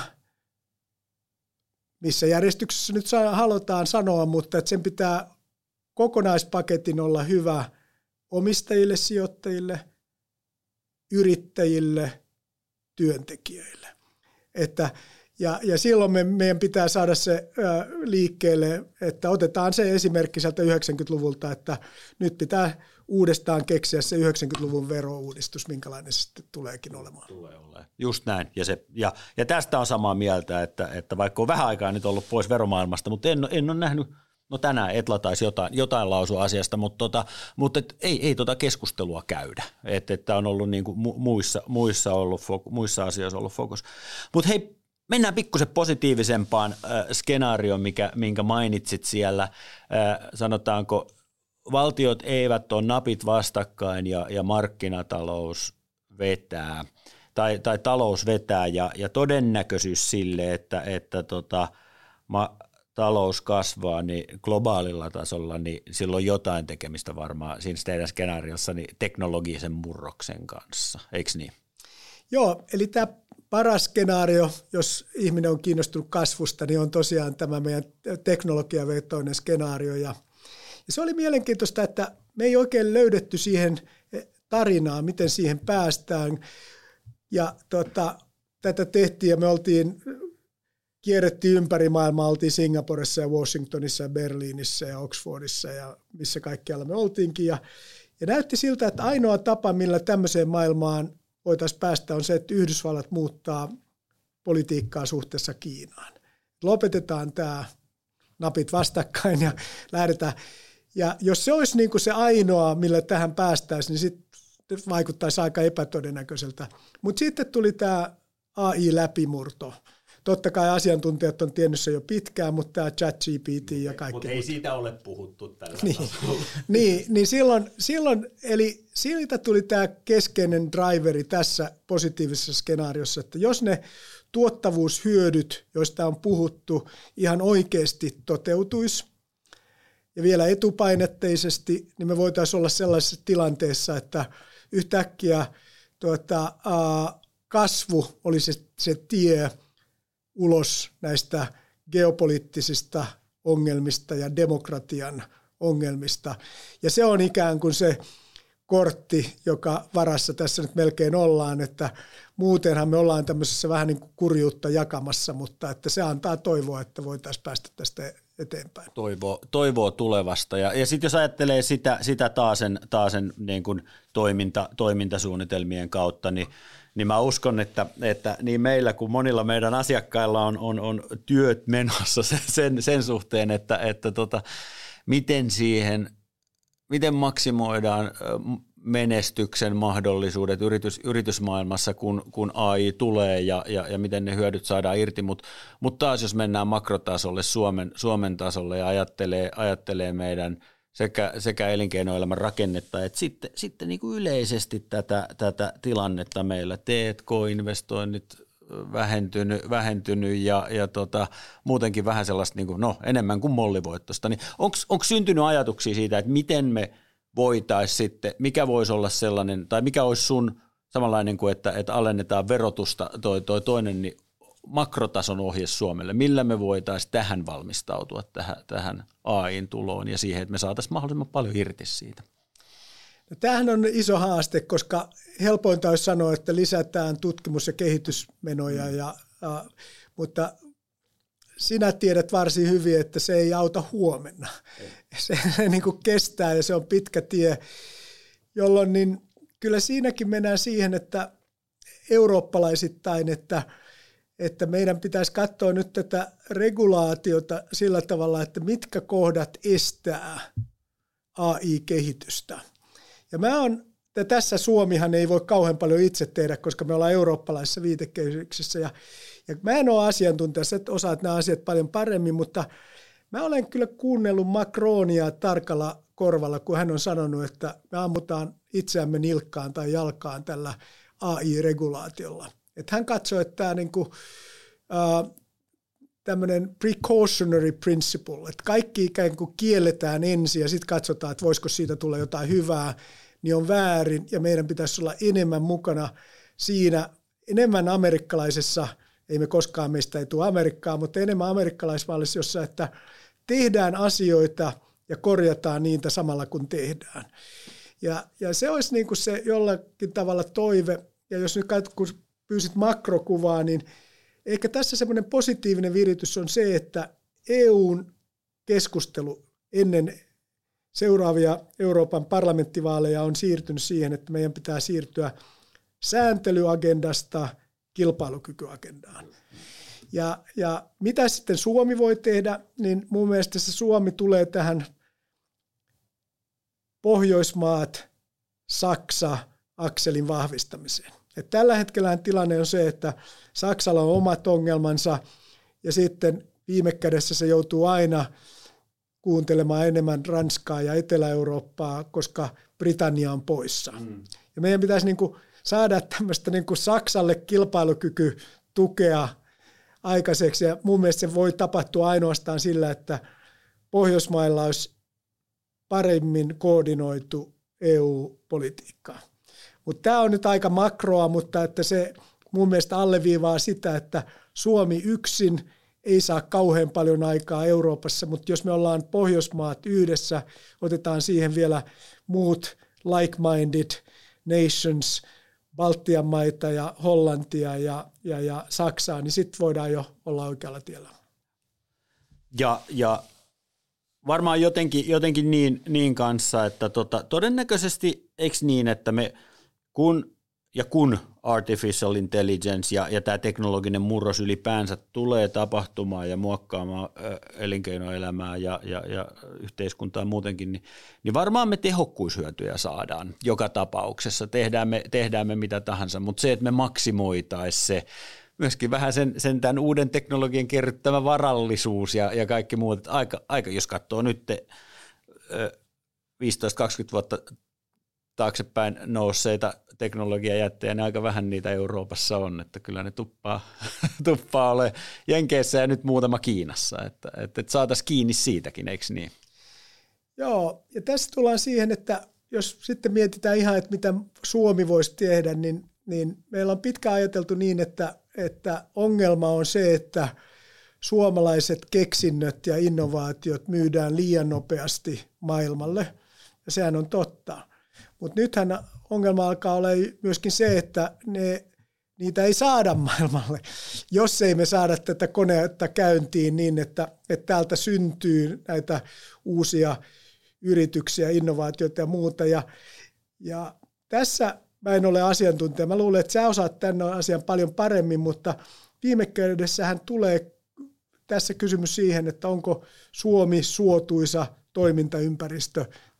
Speaker 2: missä järjestyksessä nyt halutaan sanoa, mutta että sen pitää kokonaispaketin olla hyvä omistajille, sijoittajille, yrittäjille, työntekijöille. Ja silloin meidän pitää saada se liikkeelle, että otetaan se esimerkki sieltä 90-luvulta, että nyt pitää uudestaan keksiä se 90-luvun verouudistus, minkälainen se sitten tuleekin olemaan.
Speaker 1: Tulee olemaan. Just näin. Ja tästä on samaa mieltä, että vaikka on vähän aikaa nyt ollut pois veromaailmasta, mutta en ole nähnyt, no tänään Etla taisi jotain lausua asiasta, mutta ei keskustelua käydä. Että on ollut niin kuin muissa asioissa ollut fokus. Mutta hei, mennään pikkusen positiivisempaan skenaarioon, minkä mainitsit siellä. Sanotaanko, valtiot eivät ole napit vastakkain ja markkinatalous vetää, tai talous vetää, ja todennäköisyys sille, että talous kasvaa niin globaalilla tasolla, niin sillä on jotain tekemistä varmaan siinä teidän skenaariossa niin teknologisen murroksen kanssa, eikö niin?
Speaker 2: Joo, eli tämä paras skenaario, jos ihminen on kiinnostunut kasvusta, niin on tosiaan tämä meidän teknologiavetoinen skenaario. Ja se oli mielenkiintoista, että me ei oikein löydetty siihen tarinaa, miten siihen päästään. Ja tätä tehtiin ja me kierrettiin ympäri maailmaa, oltiin Singaporessa ja Washingtonissa ja Berliinissä ja Oxfordissa ja missä kaikkialla me oltiinkin. Ja näytti siltä, että ainoa tapa, millä tämmöiseen maailmaan voitaisiin päästä, on se, että Yhdysvallat muuttaa politiikkaa suhteessa Kiinaan. Lopetetaan tämä napit vastakkain ja lähdetään. Ja jos se olisi niin kuin se ainoa, millä tähän päästäisiin, niin sitten vaikuttaisi aika epätodennäköiseltä. Mutta sitten tuli tämä AI-läpimurto. Totta kai asiantuntijat on tiennyt se jo pitkään, mutta tämä ChatGPT ja kaikki.
Speaker 1: Mutta ei siitä ole puhuttu tällä
Speaker 2: niin silloin, eli siitä tuli tämä keskeinen driveri tässä positiivisessa skenaariossa, että jos ne tuottavuushyödyt, joista on puhuttu, ihan oikeasti toteutuisi ja vielä etupainotteisesti, niin me voitaisiin olla sellaisessa tilanteessa, että yhtäkkiä kasvu olisi se tie ulos näistä geopoliittisista ongelmista ja demokratian ongelmista. Ja se on ikään kuin se kortti, joka varassa tässä nyt melkein ollaan, että muutenhan me ollaan tämmöisessä vähän niin kuin kurjuutta jakamassa, mutta että se antaa toivoa, että voitaisiin päästä tästä eteenpäin.
Speaker 1: Toivoo tulevasta. Ja sitten jos ajattelee sitä taasen niin kuin toimintasuunnitelmien kautta, niin mä uskon, että niin meillä kuin monilla meidän asiakkailla on työt menossa sen suhteen, että miten siihen miten maksimoidaan menestyksen mahdollisuudet yritysmaailmassa, kun AI tulee ja miten ne hyödyt saadaan irti, mutta taas jos mennään makrotasolle, Suomen tasolle ja ajattelee meidän sekä elinkeinoelämän rakennetta, että sitten niin kuin yleisesti tätä tilannetta meillä T&K-investoinnit vähentynyt ja muutenkin vähän sellaista niin kuin, enemmän kuin mollivoittosta, niin onko syntynyt ajatuksia siitä, että miten me voitaisiin sitten, mikä voisi olla sellainen, tai mikä olisi sun samanlainen kuin, että alennetaan verotusta toi toinen, niin makrotason ohje Suomelle, millä me voitaisiin tähän valmistautua, tähän AI:n tuloon ja siihen, että me saataisiin mahdollisimman paljon irti siitä?
Speaker 2: No, tämähän on iso haaste, koska helpointa olisi sanoa, että lisätään tutkimus- ja kehitysmenoja, mutta sinä tiedät varsin hyvin, että se ei auta huomenna. Se niin kuin kestää ja se on pitkä tie, jolloin niin kyllä siinäkin mennään siihen, että eurooppalaisittain, että meidän pitäisi katsoa nyt tätä regulaatiota sillä tavalla, että mitkä kohdat estää AI-kehitystä. Ja tässä Suomihan ei voi kauhean paljon itse tehdä, koska me ollaan eurooppalaisessa viitekehyksessä ja mä en ole asiantuntija, sä osaat nämä asiat paljon paremmin, mutta mä olen kyllä kuunnellut Macronia tarkalla korvalla, kun hän on sanonut, että me ammutaan itseämme nilkkaan tai jalkaan tällä AI-regulaatiolla. Että hän katsoo, että tämä niinku, tämmöinen precautionary principle, että kaikki ikään kuin kielletään ensin ja sitten katsotaan, että voisiko siitä tulla jotain hyvää, niin on väärin ja meidän pitäisi olla enemmän mukana siinä, enemmän amerikkalaisessa, ei me koskaan meistä ei tule Amerikkaa, mutta enemmän amerikkalaisvallisessa, että tehdään asioita ja korjataan niitä samalla kun tehdään. Ja se olisi niin kuin se jollakin tavalla toive, ja jos nyt kun pyysit makrokuvaa, niin ehkä tässä semmoinen positiivinen viritys on se, että EUn keskustelu ennen seuraavia Euroopan parlamenttivaaleja on siirtynyt siihen, että meidän pitää siirtyä sääntelyagendasta kilpailukykyagendaan. Ja mitä sitten Suomi voi tehdä, niin mun mielestä se Suomi tulee tähän Pohjoismaat, Saksa, akselin vahvistamiseen. Et tällä hetkellä tilanne on se, että Saksalla on omat ongelmansa ja sitten viime kädessä se joutuu aina kuuntelemaan enemmän Ranskaa ja Etelä-Eurooppaa, koska Britannia on poissa. Ja meidän pitäisi niinku saada tämmöistä niinku Saksalle kilpailukykytukea aikaiseksi ja mun mielestä se voi tapahtua ainoastaan sillä, että Pohjoismailla olisi paremmin koordinoitu EU-politiikkaa. Mutta tämä on nyt aika makroa, mutta että se mun mielestä alleviivaa sitä, että Suomi yksin ei saa kauhean paljon aikaa Euroopassa, mutta jos me ollaan Pohjoismaat yhdessä, otetaan siihen vielä muut like-minded nations, Baltian maita ja Hollantia ja Saksaa, niin sitten voidaan jo olla oikealla tiellä.
Speaker 1: Ja varmaan jotenkin niin kanssa, että todennäköisesti eikö niin, että me kun artificial intelligence ja tämä teknologinen murros ylipäänsä tulee tapahtumaan ja muokkaamaan elinkeinoelämää ja yhteiskuntaa muutenkin, niin varmaan me tehokkuushyötyjä saadaan joka tapauksessa, tehdään me mitä tahansa, mutta se, että me maksimoitaisiin se, myöskin vähän sen tämän uuden teknologian kerryttämä varallisuus ja kaikki muut, että aika jos katsoo nyt 15-20 vuotta taaksepäin nousseita teknologiajättejä, niin aika vähän niitä Euroopassa on, että kyllä ne tuppaa ole Jenkeissä ja nyt muutama Kiinassa, että saataisiin kiinni siitäkin, eikö niin?
Speaker 2: Joo, ja tässä tullaan siihen, että jos sitten mietitään ihan, että mitä Suomi voisi tehdä, niin meillä on pitkään ajateltu niin, että ongelma on se, että suomalaiset keksinnöt ja innovaatiot myydään liian nopeasti maailmalle, ja sehän on totta. Mutta nythän ongelma alkaa olla myöskin se, että niitä ei saada maailmalle, jos ei me saada tätä koneetta käyntiin niin, että täältä syntyy näitä uusia yrityksiä, innovaatioita ja muuta. Ja tässä mä en ole asiantuntija. Mä luulen, että sä osaat tämän asian paljon paremmin, mutta viime kädessähän tulee tässä kysymys siihen, että onko Suomi suotuisa toimintaympäristö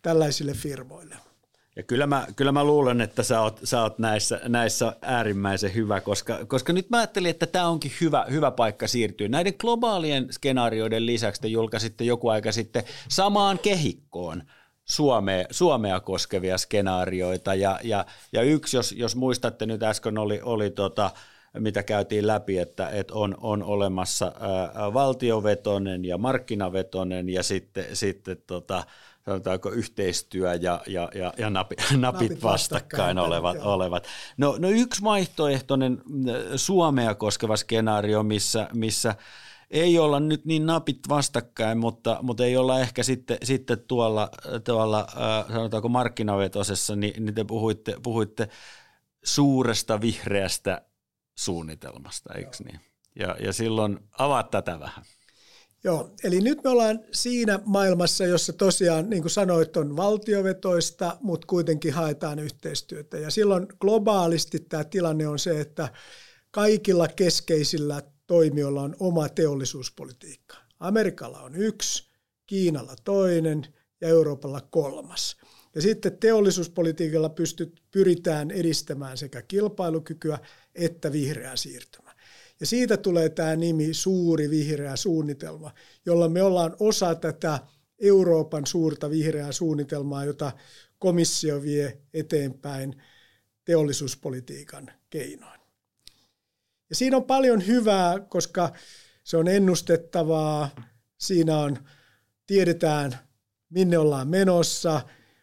Speaker 2: tällaisille firmoille.
Speaker 1: Ja kyllä mä luulen, että sä oot näissä äärimmäisen hyvä, koska nyt mä ajattelin, että tämä onkin hyvä paikka siirtyä. Näiden globaalien skenaarioiden lisäksi te julkaisitte joku aika sitten samaan kehikkoon Suomea koskevia skenaarioita. Ja yksi, jos muistatte nyt äsken oli mitä käytiin läpi, että on olemassa valtiovetoinen ja markkinavetoinen ja sitten sanotaanko yhteistyö ja napit vastakkain olevat. No yksi vaihtoehtoinen Suomea koskeva skenaario, missä ei olla nyt niin napit vastakkain, mutta ei olla ehkä sitten tuolla sanotaanko markkinavetoisessa, niin te puhuitte suuresta vihreästä suunnitelmasta, eikö niin? Ja silloin avaat tätä vähän.
Speaker 2: Joo, eli nyt me ollaan siinä maailmassa, jossa tosiaan, niin kuin sanoit, on valtiovetoista, mutta kuitenkin haetaan yhteistyötä. Ja silloin globaalisti tämä tilanne on se, että kaikilla keskeisillä toimijoilla on oma teollisuuspolitiikka. Amerikalla on yksi, Kiinalla toinen ja Euroopalla kolmas. Ja sitten teollisuuspolitiikalla pyritään edistämään sekä kilpailukykyä että vihreää siirtymää. Ja siitä tulee tämä nimi suuri vihreä suunnitelma, jolla me ollaan osa tätä Euroopan suurta vihreää suunnitelmaa, jota komissio vie eteenpäin teollisuuspolitiikan keinoin. Ja siinä on paljon hyvää, koska se on ennustettavaa, siinä tiedetään minne ollaan menossa,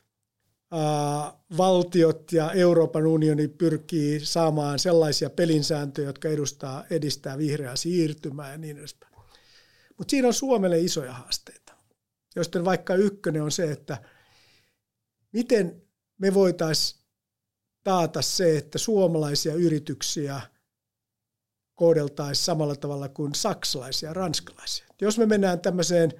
Speaker 2: valtiot ja Euroopan unioni pyrkii saamaan sellaisia pelinsääntöjä, jotka edistää vihreää siirtymää ja niin edespäin. Mutta siinä on Suomelle isoja haasteita, joista vaikka ykkönen on se, että miten me voitaisiin taata se, että suomalaisia yrityksiä kohdeltaisiin samalla tavalla kuin saksalaisia ja ranskalaisia. Jos me mennään tämmöiseen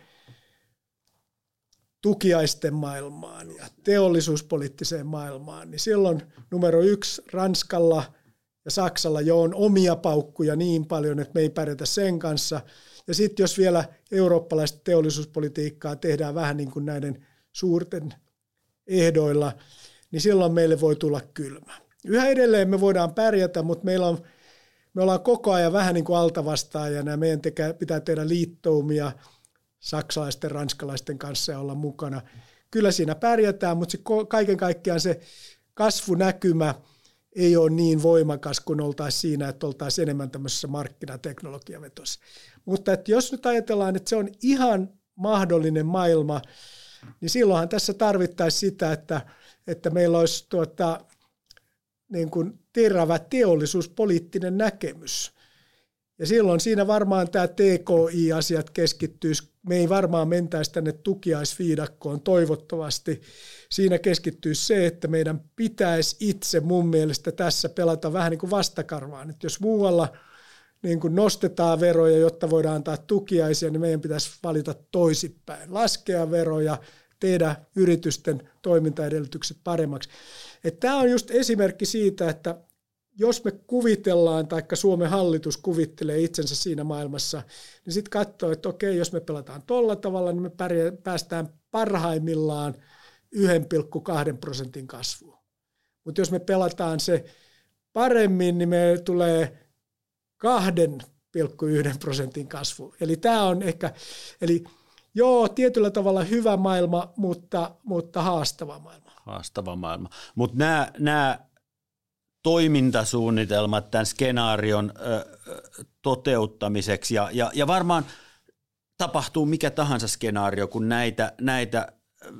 Speaker 2: tukiaisten maailmaan ja teollisuuspoliittiseen maailmaan, niin silloin numero 1 Ranskalla ja Saksalla jo on omia paukkuja niin paljon, että me ei pärjätä sen kanssa. Ja sitten jos vielä eurooppalaista teollisuuspolitiikkaa tehdään vähän niin kuin näiden suurten ehdoilla, niin silloin meille voi tulla kylmä. Yhä edelleen me voidaan pärjätä, mutta me ollaan koko ajan vähän niin kuin altavastaajana ja meidän pitää tehdä liittoumia saksalaisten, ranskalaisten kanssa ja olla mukana. Kyllä siinä pärjätään, mutta kaiken kaikkiaan se kasvunäkymä ei ole niin voimakas kuin oltaisiin siinä, että oltaisiin enemmän tämmöisessä markkinateknologiavetossa. Mutta että jos nyt ajatellaan, että se on ihan mahdollinen maailma, niin silloinhan tässä tarvittaisiin sitä, että meillä olisi niin kuin terävä teollisuuspoliittinen näkemys. Ja silloin siinä varmaan tämä TKI-asiat keskittyisi, me ei varmaan mentäisi tänne tukiaisviidakkoon toivottavasti. Siinä keskittyisi se, että meidän pitäisi itse mun mielestä tässä pelata vähän niin kuin vastakarvaan. Että jos muualla niin kuin nostetaan veroja, jotta voidaan antaa tukiaisia, niin meidän pitäisi valita toisinpäin. Laskea veroja, tehdä yritysten toimintaedellytykset paremmaksi. Tämä on just esimerkki siitä, että jos me kuvitellaan, tai Suomen hallitus kuvittelee itsensä siinä maailmassa, niin sitten katsoo, että okei, jos me pelataan tolla tavalla, niin me päästään parhaimmillaan 1,2% kasvuun. Mutta jos me pelataan se paremmin, niin me tulee 2,1% kasvu. Eli tämä on ehkä, tietyllä tavalla hyvä maailma, mutta haastava maailma.
Speaker 1: Haastava maailma. Mutta nämä toimintasuunnitelmat tämän skenaarion toteuttamiseksi ja varmaan tapahtuu mikä tahansa skenaario, kun näitä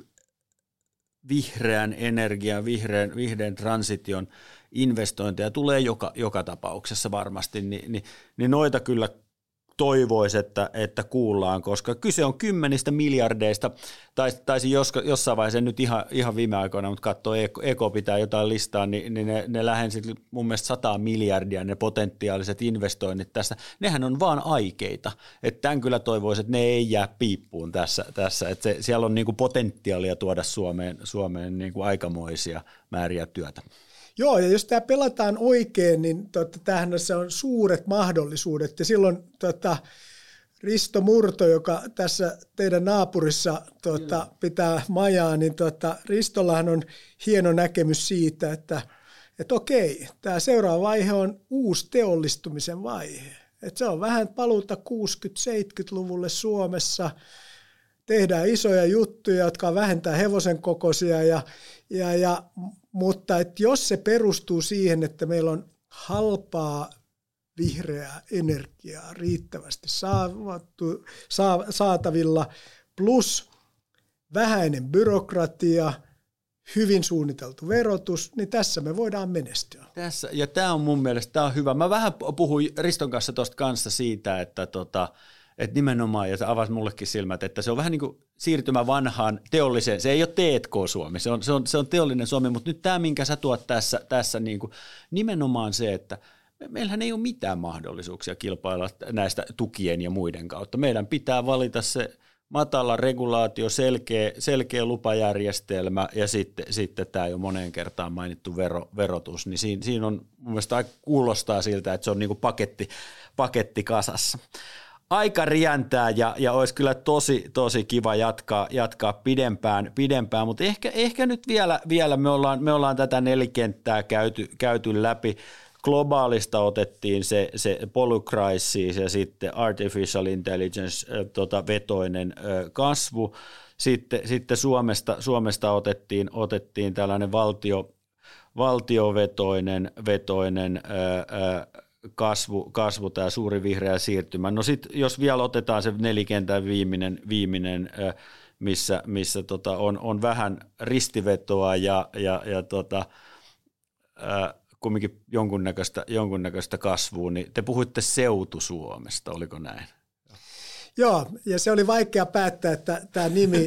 Speaker 1: vihreän energian, vihreän transition investointeja tulee joka tapauksessa varmasti, niin noita kyllä toivoisi, että kuullaan, koska kyse on 10 miljardeista, taisi jossain vaiheessa nyt ihan viime aikoina, mutta katsoo Eko pitää jotain listaa, niin ne lähensi mun mielestä 100 miljardia ne potentiaaliset investoinnit tässä. Nehän on vaan aikeita, että tämän kyllä toivoisi, että ne ei jää piippuun tässä että siellä on niinku potentiaalia tuoda Suomeen niinku aikamoisia määriä työtä.
Speaker 2: Joo, ja jos tämä pelataan oikein, niin tämähän se on suuret mahdollisuudet, ja silloin Risto Murto, joka tässä teidän naapurissa pitää majaa, niin Ristollahan on hieno näkemys siitä, että okei, tämä seuraava vaihe on uusi teollistumisen vaihe. Että se on vähän paluuta 60-70-luvulle Suomessa. Tehdään isoja juttuja, jotka vähentää hevosen kokoisia, mutta että jos se perustuu siihen, että meillä on halpaa vihreää energiaa riittävästi saatavilla, plus vähäinen byrokratia, hyvin suunniteltu verotus, niin tässä me voidaan menestyä.
Speaker 1: Tässä, ja tämä on mun mielestä tämä on hyvä. Mä vähän puhuin Riston kanssa tuosta kanssa siitä, että että nimenomaan, ja se avasi mullekin silmät, että se on vähän niin kuin siirtymä vanhaan teolliseen, se ei ole T&K-Suomi, se on teollinen Suomi, mutta nyt tämä, minkä sä tuot tässä niin kuin, nimenomaan se, että meillähän ei ole mitään mahdollisuuksia kilpailla näistä tukien ja muiden kautta. Meidän pitää valita se matala regulaatio, selkeä lupajärjestelmä ja sitten tämä jo moneen kertaan mainittu verotus, niin siinä on mun mielestä kuulostaa siltä, että se on niin kuin paketti kasassa. Aika rientää ja olisi kyllä tosi kiva jatkaa pidempään, mutta ehkä nyt vielä me ollaan tätä nelikenttää käyty läpi. Globaalista otettiin se polycrisis ja sitten artificial intelligence vetoinen kasvu. Sitten Suomesta otettiin tällainen valtiovetoinen kasvu, tämä suuri vihreä siirtymä. No sitten jos vielä otetaan se nelikentän viimeinen missä on vähän ristivetoa ja kumminkin jonkunnäköistä kasvua, niin te puhuitte Seutu-Suomesta, oliko näin?
Speaker 2: Joo, ja se oli vaikea päättää, että tämä nimi,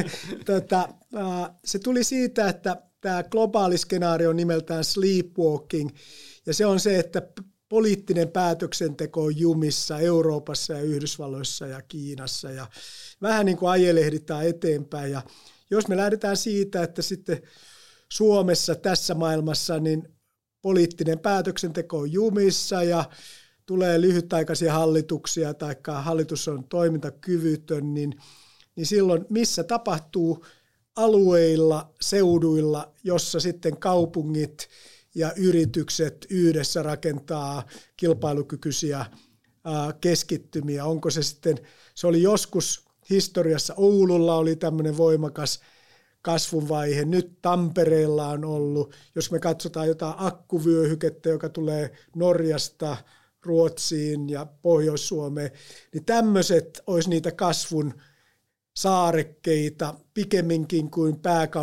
Speaker 2: se tuli siitä, että tämä globaali skenaario on nimeltään sleepwalking, ja se on se, että poliittinen päätöksenteko on jumissa Euroopassa ja Yhdysvalloissa ja Kiinassa, ja vähän niin kuin ajelehditaan eteenpäin, ja jos me lähdetään siitä, että sitten Suomessa tässä maailmassa, niin poliittinen päätöksenteko on jumissa ja tulee lyhytaikaisia hallituksia tai hallitus on toimintakyvytön, niin silloin missä tapahtuu alueilla, seuduilla, jossa sitten kaupungit ja yritykset yhdessä rakentaa kilpailukykyisiä keskittymiä. Onko se sitten, se oli joskus historiassa, Oululla oli tämmöinen voimakas kasvun vaihe. Nyt Tampereella on ollut, jos me katsotaan jotain akkuvyöhykettä, joka tulee Norjasta, Ruotsiin ja Pohjois-Suomeen, niin tämmöiset olisi niitä kasvun saarekkeita pikemminkin kuin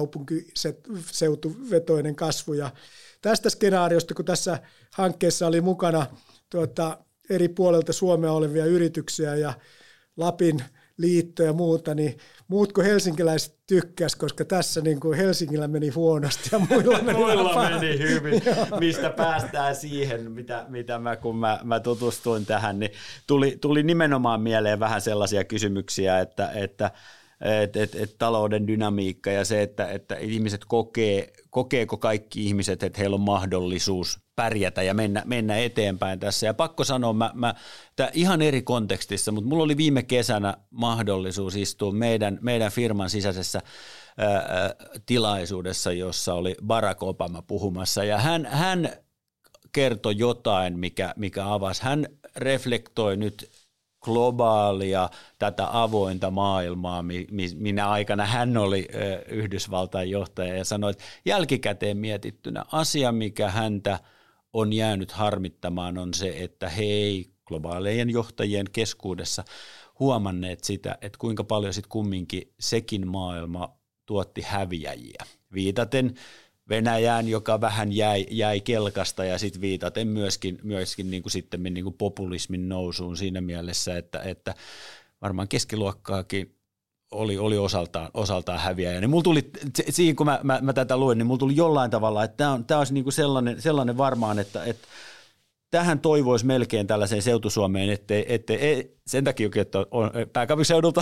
Speaker 2: pääkaupunkiseutuvetoinen kasvu. Ja tästä skenaariosta, kun tässä hankkeessa oli mukana eri puolelta Suomea olevia yrityksiä ja Lapin liitto ja muuta, niin muut kuin helsinkiläiset tykkäs, koska tässä niin kuin Helsingillä meni huonosti ja muilla
Speaker 1: meni hyvin. Mistä päästään siihen, kun mä tutustuin tähän, niin tuli nimenomaan mieleen vähän sellaisia kysymyksiä, että talouden dynamiikka ja se, että ihmiset kokeeko kaikki ihmiset, että heillä on mahdollisuus pärjätä ja mennä eteenpäin tässä. Ja pakko sanoa, tämä ihan eri kontekstissa, mutta mulla oli viime kesänä mahdollisuus istua meidän firman sisäisessä tilaisuudessa, jossa oli Barack Obama puhumassa ja hän kertoi jotain, mikä avasi. Hän reflektoi nyt globaalia, tätä avointa maailmaa, minä aikana hän oli Yhdysvaltain johtaja ja sanoi, että jälkikäteen mietittynä asia, mikä häntä on jäänyt harmittamaan, on se, että he ei globaalejen johtajien keskuudessa huomanneet sitä, että kuinka paljon sitten kumminkin sekin maailma tuotti häviäjiä. Viitaten Venäjään, joka vähän jäi kelkasta ja sitten viitaten myöskin niin kuin sitten niin kuin populismin nousuun siinä mielessä, että varmaan keskiluokkaakin oli osaltaan häviäjä. Niin mulla tuli, siinä kun mä tätä luin, niin mulla tuli jollain tavalla, että tämä olisi niin kuin sellainen varmaan, että tähän toivoisi melkein tällaiseen Seutu-Suomeen, ettei sen takia, että on pääkaupunkiseudulta,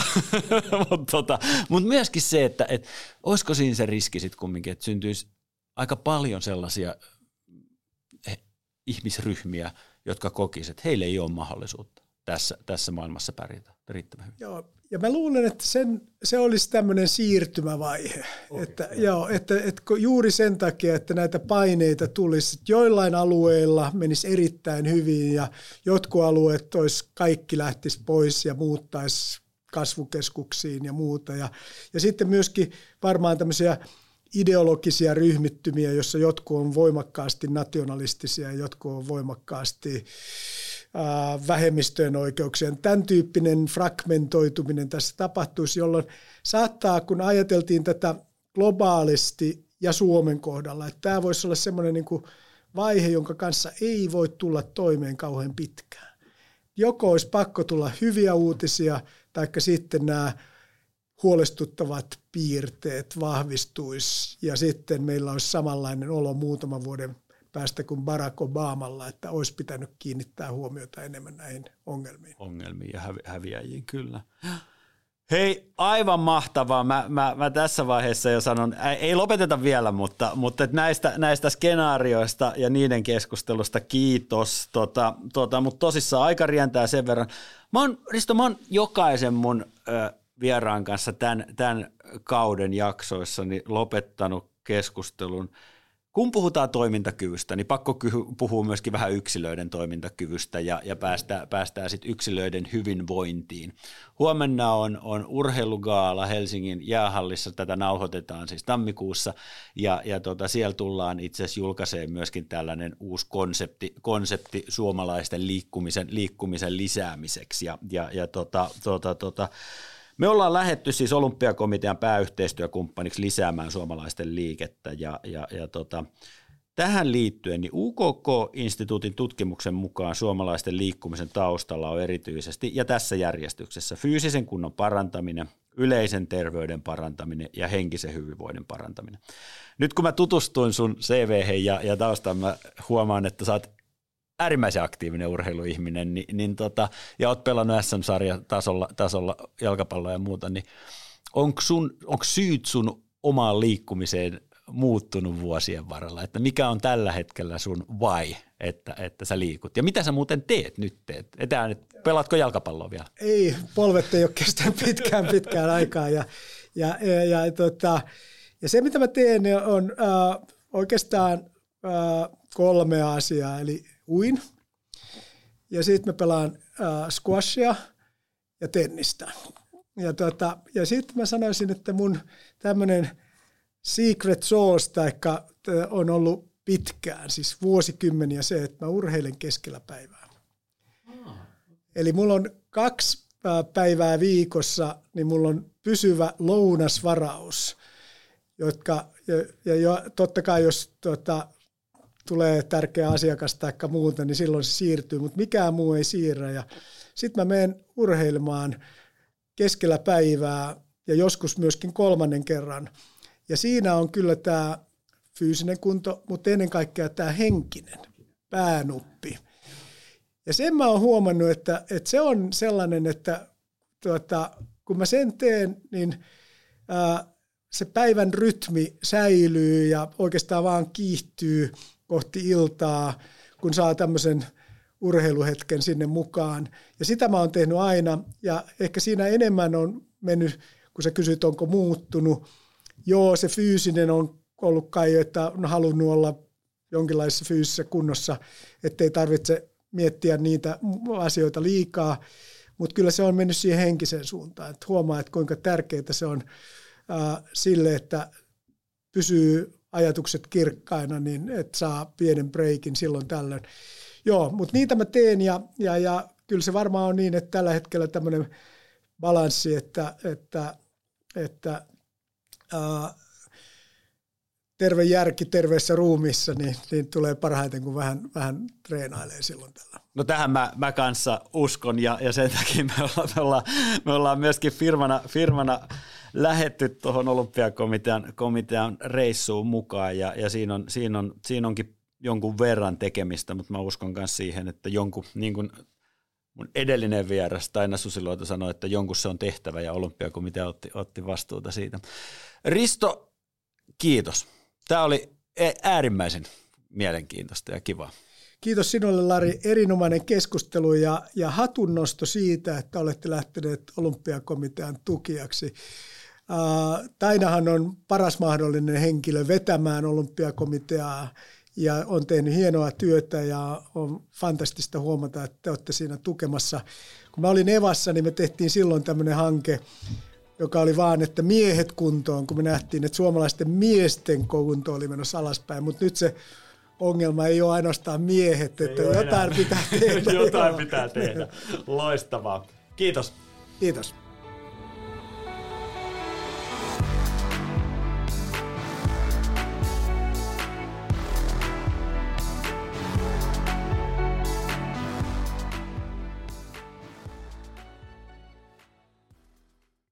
Speaker 1: mutta myöskin se, että olisiko siinä se riski sitten kumminkin, että syntyisi aika paljon sellaisia ihmisryhmiä, jotka kokisivat, että heille ei ole mahdollisuutta. tässä maailmassa pärjätä riittävän hyvin.
Speaker 2: Joo, ja mä luulen, että se olisi tämmöinen siirtymävaihe. Että juuri sen takia, että näitä paineita tulisi, että joillain alueilla menisi erittäin hyvin ja jotkut alueet kaikki lähtisi pois ja muuttaisi kasvukeskuksiin ja muuta. Ja sitten myöskin varmaan tämmöisiä ideologisia ryhmittymiä, jossa jotkut on voimakkaasti nationalistisia ja jotkut on voimakkaasti vähemmistöjen oikeuksien. Tämän tyyppinen fragmentoituminen tässä tapahtuisi, jolloin saattaa, kun ajateltiin tätä globaalisti ja Suomen kohdalla, että tämä voisi olla semmoinen niin kuin vaihe, jonka kanssa ei voi tulla toimeen kauhean pitkään. Joko olisi pakko tulla hyviä uutisia, taikka sitten nämä huolestuttavat piirteet vahvistuisi ja sitten meillä olisi samanlainen olo muutaman vuoden päästä kuin Barack Obamalla, että olisi pitänyt kiinnittää huomiota enemmän näihin ongelmiin.
Speaker 1: Ongelmiin ja häviäjiin, kyllä. Hei, aivan mahtavaa. Mä tässä vaiheessa jo sanon, ei lopeteta vielä, mutta näistä skenaarioista ja niiden keskustelusta kiitos. Mutta tosissaan aika rientää sen verran. Risto, mä oon jokaisen mun vieraan kanssa tämän kauden jaksoissani lopettanut keskustelun. Kun puhutaan toimintakyvystä, niin pakko puhua myöskin vähän yksilöiden toimintakyvystä ja päästään sitten yksilöiden hyvinvointiin. Huomenna on urheilugaala Helsingin jäähallissa, tätä nauhoitetaan siis tammikuussa, ja siellä tullaan itse asiassa julkaiseen myöskin tällainen uusi konsepti suomalaisten liikkumisen lisäämiseksi, me ollaan lähdetty siis Olympiakomitean pääyhteistyökumppaniksi lisäämään suomalaisten liikettä ja tähän liittyen niin UKK-instituutin tutkimuksen mukaan suomalaisten liikkumisen taustalla on erityisesti ja tässä järjestyksessä fyysisen kunnon parantaminen, yleisen terveyden parantaminen ja henkisen hyvinvoinnin parantaminen. Nyt kun mä tutustuin sun CV:hen ja taustaan, mä huomaan, että sä oot äärimmäisen aktiivinen urheiluihminen, ja oot pelannut SM-sarjatasolla jalkapalloa ja muuta, niin onko syyt sun omaan liikkumiseen muuttunut vuosien varrella, että mikä on tällä hetkellä sun why, että sä liikut? Ja mitä sä muuten teet nyt? Pelaatko jalkapalloa vielä?
Speaker 2: Ei, polvet ei ole kestänyt pitkään aikaa. Ja se, mitä mä teen, on oikeastaan 3 asiaa, eli uin, ja sitten mä pelaan squashia ja tennistä. Ja sitten mä sanoisin, että mun tämmöinen secret sauce taikka on ollut pitkään, siis vuosikymmeniä se, että mä urheilen keskellä päivää. Eli mulla on 2 päivää viikossa, niin mulla on pysyvä lounasvaraus, ja totta kai jos tulee tärkeä asiakas tai muuta, niin silloin se siirtyy, mutta mikään muu ei siirrä. Ja sitten mä menen urheilemaan keskellä päivää ja joskus myöskin 3. kerran. Ja siinä on kyllä tämä fyysinen kunto, mutta ennen kaikkea tämä henkinen päänuppi. Ja sen mä oon huomannut, että se on sellainen, että kun mä sen teen, niin se päivän rytmi säilyy ja oikeastaan vaan kiihtyy kohti iltaa, kun saa tämmöisen urheiluhetken sinne mukaan. Ja sitä mä oon tehnyt aina, ja ehkä siinä enemmän on mennyt, kun sä kysyt, onko muuttunut. Joo, se fyysinen on ollut kai, että on halunnut olla jonkinlaisessa fyysisessä kunnossa, ettei tarvitse miettiä niitä asioita liikaa, mutta kyllä se on mennyt siihen henkiseen suuntaan. Että huomaa, että kuinka tärkeää se on sille, että pysyy ajatukset kirkkaina, niin että saa pienen breikin silloin tällöin. Joo, mutta niitä mä teen ja kyllä se varmaan on niin, että tällä hetkellä tämmöinen balanssi, että terve järki terveessä ruumiissa, niin tulee parhaiten, kun vähän treenailee silloin tällä.
Speaker 1: No tähän mä kanssa uskon ja sen takia me ollaan myöskin firmana lähetty tuohon Olympiakomitean reissuun mukaan ja siinä onkin jonkun verran tekemistä, mutta mä uskon myös siihen, että jonkun, niin kuin mun edellinen vieras Taina Susiloita sanoi, että jonkun se on tehtävä ja Olympiakomitea otti vastuuta siitä. Risto, kiitos. Tämä oli äärimmäisen mielenkiintoista ja kivaa.
Speaker 2: Kiitos sinulle, Lari, erinomainen keskustelu ja hatunnosto siitä, että olette lähteneet Olympiakomitean tukijaksi. Tainahan on paras mahdollinen henkilö vetämään Olympiakomiteaa ja on tehnyt hienoa työtä ja on fantastista huomata, että te olette siinä tukemassa. Kun mä olin Evassa, niin me tehtiin silloin tämmöinen hanke, joka oli vaan, että miehet kuntoon, kun me nähtiin, että suomalaisten miesten kunto oli menossa alaspäin, mutta nyt se ongelma ei ole ainoastaan miehet, että jotain pitää tehdä.
Speaker 1: Jotain pitää tehdä. Loistavaa. Kiitos.
Speaker 2: Kiitos.